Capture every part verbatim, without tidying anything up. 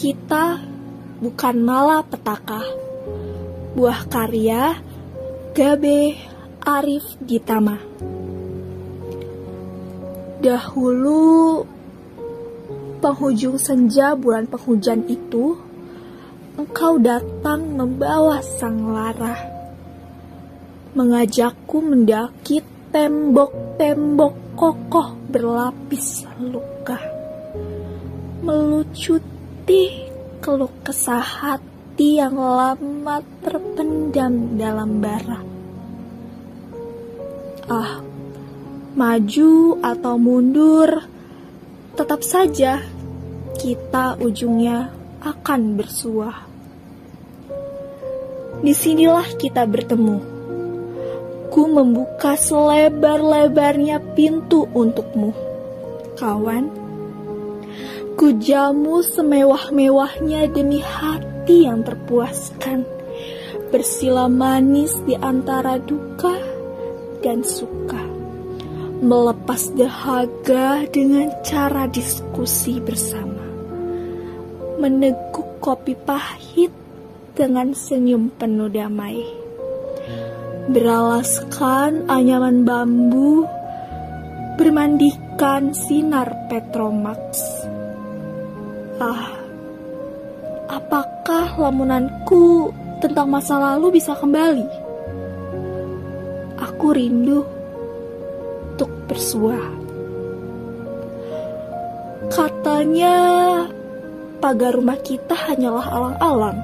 Kita bukan malapetaka. Buah karya Gabe Arif Gitama. Dahulu, penghujung senja bulan penghujan itu, engkau datang membawa sang lara, mengajakku mendaki tembok-tembok kokoh berlapis luka, melucuti keluh kesah hati yang lama terpendam dalam bara. Ah, maju atau mundur, tetap saja kita ujungnya akan bersuah. Disinilah kita bertemu. Ku membuka selebar-lebarnya pintu untukmu, kawan. Ku jamu semewah-mewahnya demi hati yang terpuaskan, bersila manis di antara duka dan suka, melepas dahaga dengan cara diskusi bersama, meneguk kopi pahit dengan senyum penuh damai, beralaskan anyaman bambu, bermandikan sinar Petromax. Ah, apakah lamunanku tentang masa lalu bisa kembali? Aku rindu untuk bersuah. Katanya pagar rumah kita hanyalah alang-alang.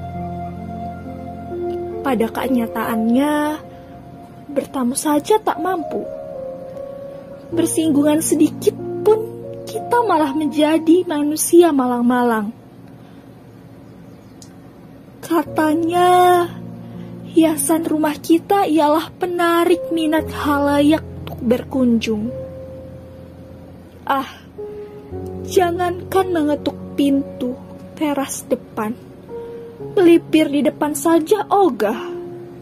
Pada kenyataannya, bertamu saja tak mampu. Bersinggungan sedikit pun kita malah menjadi manusia malang-malang. Katanya hiasan rumah kita ialah penarik minat khalayak untuk berkunjung. Ah, jangankan mengetuk pintu teras depan, melipir di depan saja ogah.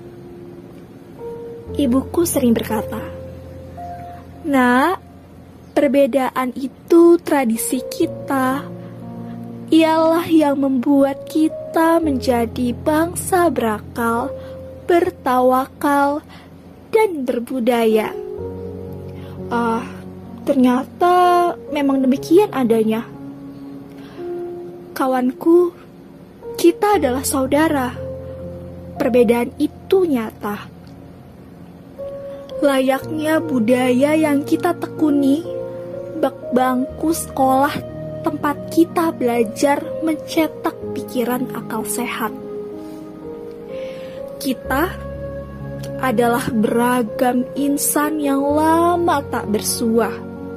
Ibuku sering berkata, "Nak, perbedaan itu tradisi kita. Ialah yang membuat kita menjadi bangsa berakal, bertawakal, dan berbudaya." Ah, ternyata memang demikian adanya. Kawanku, kita adalah saudara. Perbedaan itu nyata. Layaknya budaya yang kita tekuni, bak bangku sekolah tempat kita belajar mencetak pikiran akal sehat. Kita adalah beragam insan yang lama tak bersuah.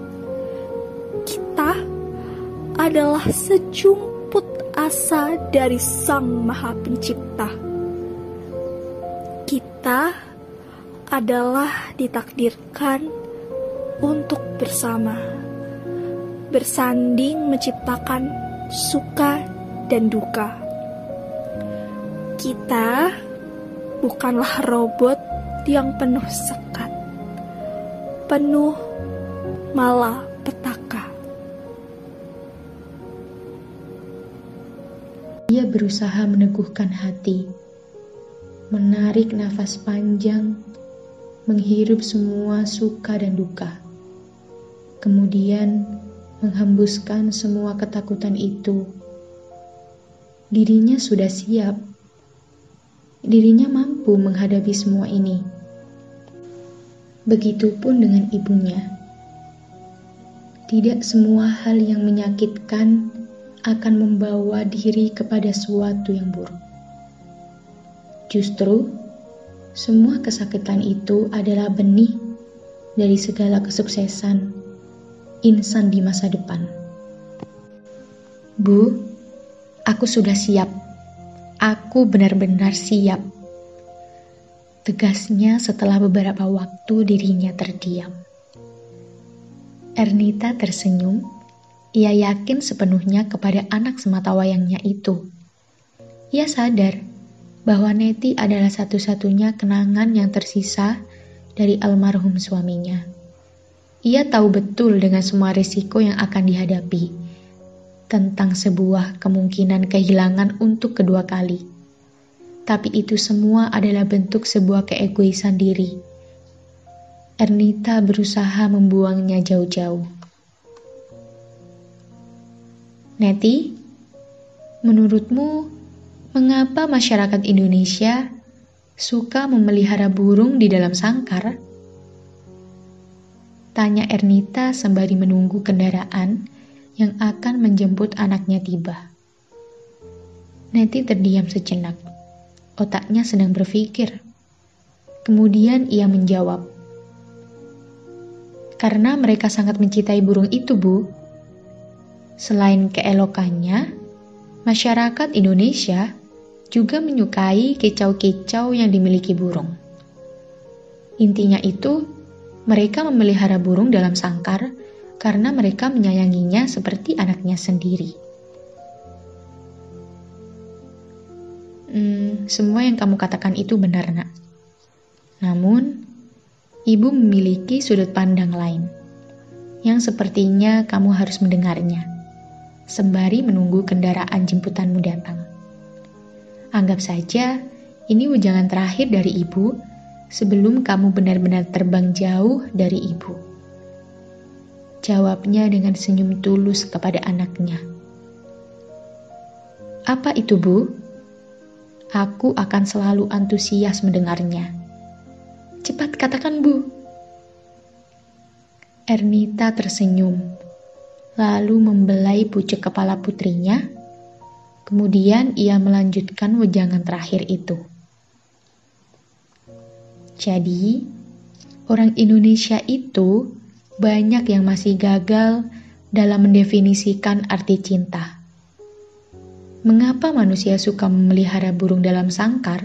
Kita adalah sejumput asa dari Sang Maha Pencipta. Kita adalah ditakdirkan untuk bersama, bersanding menciptakan suka dan duka. Kita bukanlah robot yang penuh sekat, penuh malapetaka. Dia berusaha meneguhkan hati, menarik nafas panjang, menghirup semua suka dan duka, kemudian menghembuskan semua ketakutan itu. Dirinya sudah siap. Dirinya mampu menghadapi semua ini. Begitupun dengan ibunya. Tidak semua hal yang menyakitkan akan membawa diri kepada sesuatu yang buruk. Justru, semua kesakitan itu adalah benih dari segala kesuksesan insan di masa depan. Bu, aku sudah siap. Aku benar-benar siap. Tegasnya setelah beberapa waktu dirinya terdiam. Ernita tersenyum. Ia yakin sepenuhnya kepada anak sematawayangnya itu. Ia sadar bahwa Neti adalah satu-satunya kenangan yang tersisa dari almarhum suaminya. Ia tahu betul dengan semua risiko yang akan dihadapi, tentang sebuah kemungkinan kehilangan untuk kedua kali. Tapi itu semua adalah bentuk sebuah keegoisan diri. Ernita berusaha membuangnya jauh-jauh. Neti, menurutmu mengapa masyarakat Indonesia suka memelihara burung di dalam sangkar? Tanya Ernita sembari menunggu kendaraan yang akan menjemput anaknya tiba. Neti terdiam sejenak. Otaknya sedang berpikir. Kemudian ia menjawab, "Karena mereka sangat mencintai burung itu, Bu. Selain keelokannya, masyarakat Indonesia juga menyukai kicau-kicau yang dimiliki burung. Intinya itu, mereka memelihara burung dalam sangkar karena mereka menyayanginya seperti anaknya sendiri." Hmm, semua yang kamu katakan itu benar, Nak. Namun, ibu memiliki sudut pandang lain, yang sepertinya kamu harus mendengarnya, sembari menunggu kendaraan jemputanmu datang. Anggap saja, ini ujangan terakhir dari ibu, sebelum kamu benar-benar terbang jauh dari ibu. Jawabnya dengan senyum tulus kepada anaknya. Apa itu, Bu? Aku akan selalu antusias mendengarnya. Cepat katakan, Bu. Ernita tersenyum, lalu membelai pucuk kepala putrinya. Kemudian ia melanjutkan wejangan terakhir itu. Jadi, orang Indonesia itu banyak yang masih gagal dalam mendefinisikan arti cinta. Mengapa manusia suka memelihara burung dalam sangkar?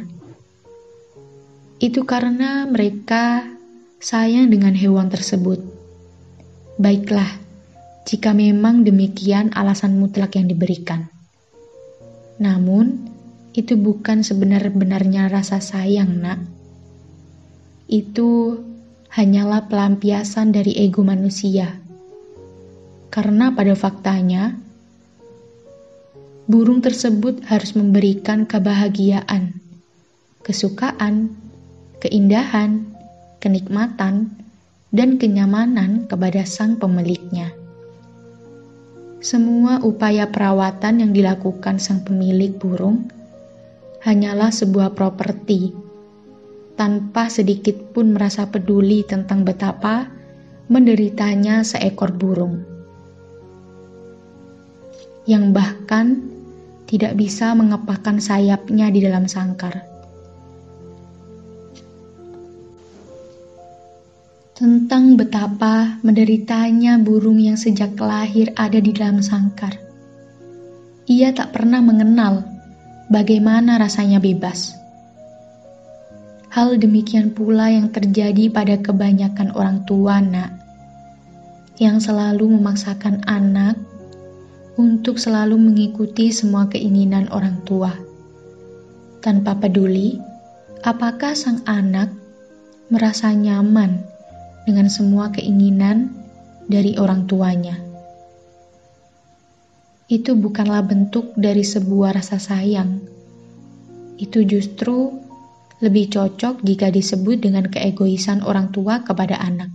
Itu karena mereka sayang dengan hewan tersebut. Baiklah, jika memang demikian alasan mutlak yang diberikan. Namun, itu bukan sebenar-benarnya rasa sayang, Nak. Itu hanyalah pelampiasan dari ego manusia. Karena pada faktanya, burung tersebut harus memberikan kebahagiaan, kesukaan, keindahan, kenikmatan, dan kenyamanan kepada sang pemiliknya. Semua upaya perawatan yang dilakukan sang pemilik burung hanyalah sebuah properti, tanpa sedikit pun merasa peduli tentang betapa menderitanya seekor burung, yang bahkan tidak bisa mengepakkan sayapnya di dalam sangkar. Tentang betapa menderitanya burung yang sejak lahir ada di dalam sangkar. Ia tak pernah mengenal bagaimana rasanya bebas. Hal demikian pula yang terjadi pada kebanyakan orang tua, Nak, yang selalu memaksakan anak untuk selalu mengikuti semua keinginan orang tua, tanpa peduli apakah sang anak merasa nyaman dengan semua keinginan dari orang tuanya. Itu bukanlah bentuk dari sebuah rasa sayang. Itu justru lebih cocok jika disebut dengan keegoisan orang tua kepada anak.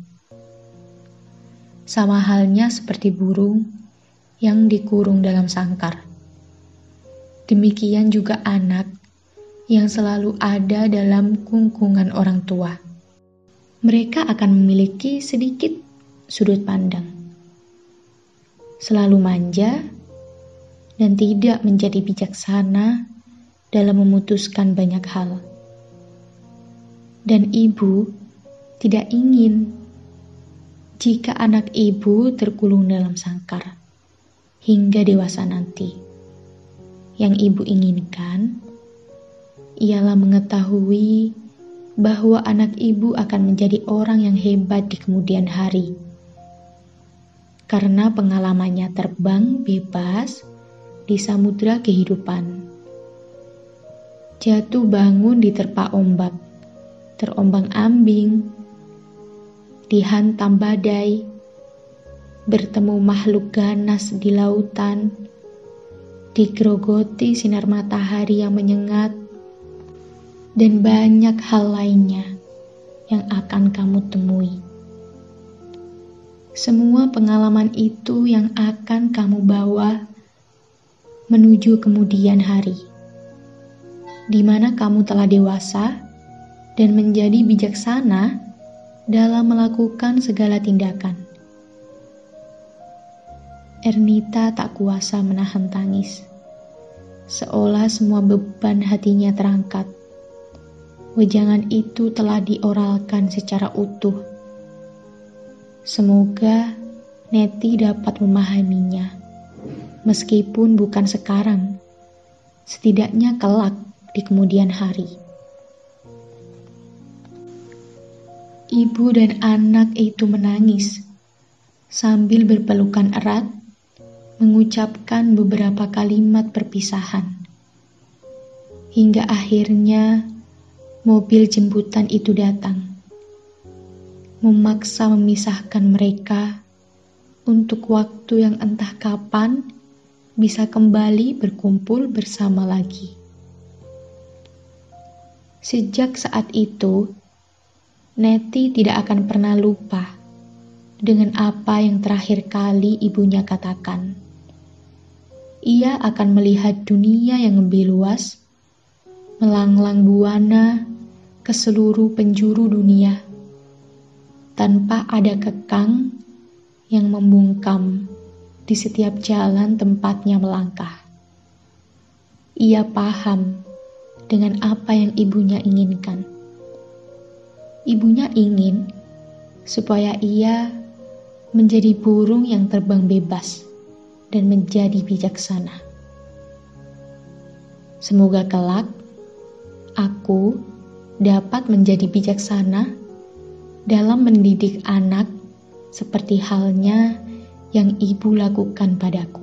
Sama halnya seperti burung yang dikurung dalam sangkar. Demikian juga anak yang selalu ada dalam kungkungan orang tua. Mereka akan memiliki sedikit sudut pandang, selalu manja, dan tidak menjadi bijaksana dalam memutuskan banyak hal. Dan ibu tidak ingin jika anak ibu terkulung dalam sangkar hingga dewasa nanti. Yang ibu inginkan ialah mengetahui bahwa anak ibu akan menjadi orang yang hebat di kemudian hari. Karena pengalamannya terbang bebas di samudra kehidupan. Jatuh bangun diterpa ombak, terombang-ambing, dihantam badai, bertemu makhluk ganas di lautan, digerogoti sinar matahari yang menyengat, dan banyak hal lainnya yang akan kamu temui. Semua pengalaman itu yang akan kamu bawa menuju kemudian hari, di mana kamu telah dewasa dan menjadi bijaksana dalam melakukan segala tindakan. Ernita tak kuasa menahan tangis, seolah semua beban hatinya terangkat. Wejangan itu telah dioralkan secara utuh. Semoga Neti dapat memahaminya, meskipun bukan sekarang, setidaknya kelak di kemudian hari. Ibu dan anak itu menangis sambil berpelukan erat, mengucapkan beberapa kalimat perpisahan. Hingga akhirnya mobil jemputan itu datang, memaksa memisahkan mereka untuk waktu yang entah kapan bisa kembali berkumpul bersama lagi. Sejak saat itu, Neti tidak akan pernah lupa dengan apa yang terakhir kali ibunya katakan. Ia akan melihat dunia yang lebih luas, melanglang buana ke seluruh penjuru dunia, tanpa ada kekang yang membungkam di setiap jalan tempatnya melangkah. Ia paham dengan apa yang ibunya inginkan. Ibunya ingin supaya ia menjadi burung yang terbang bebas dan menjadi bijaksana. Semoga kelak aku dapat menjadi bijaksana dalam mendidik anak seperti halnya yang ibu lakukan padaku.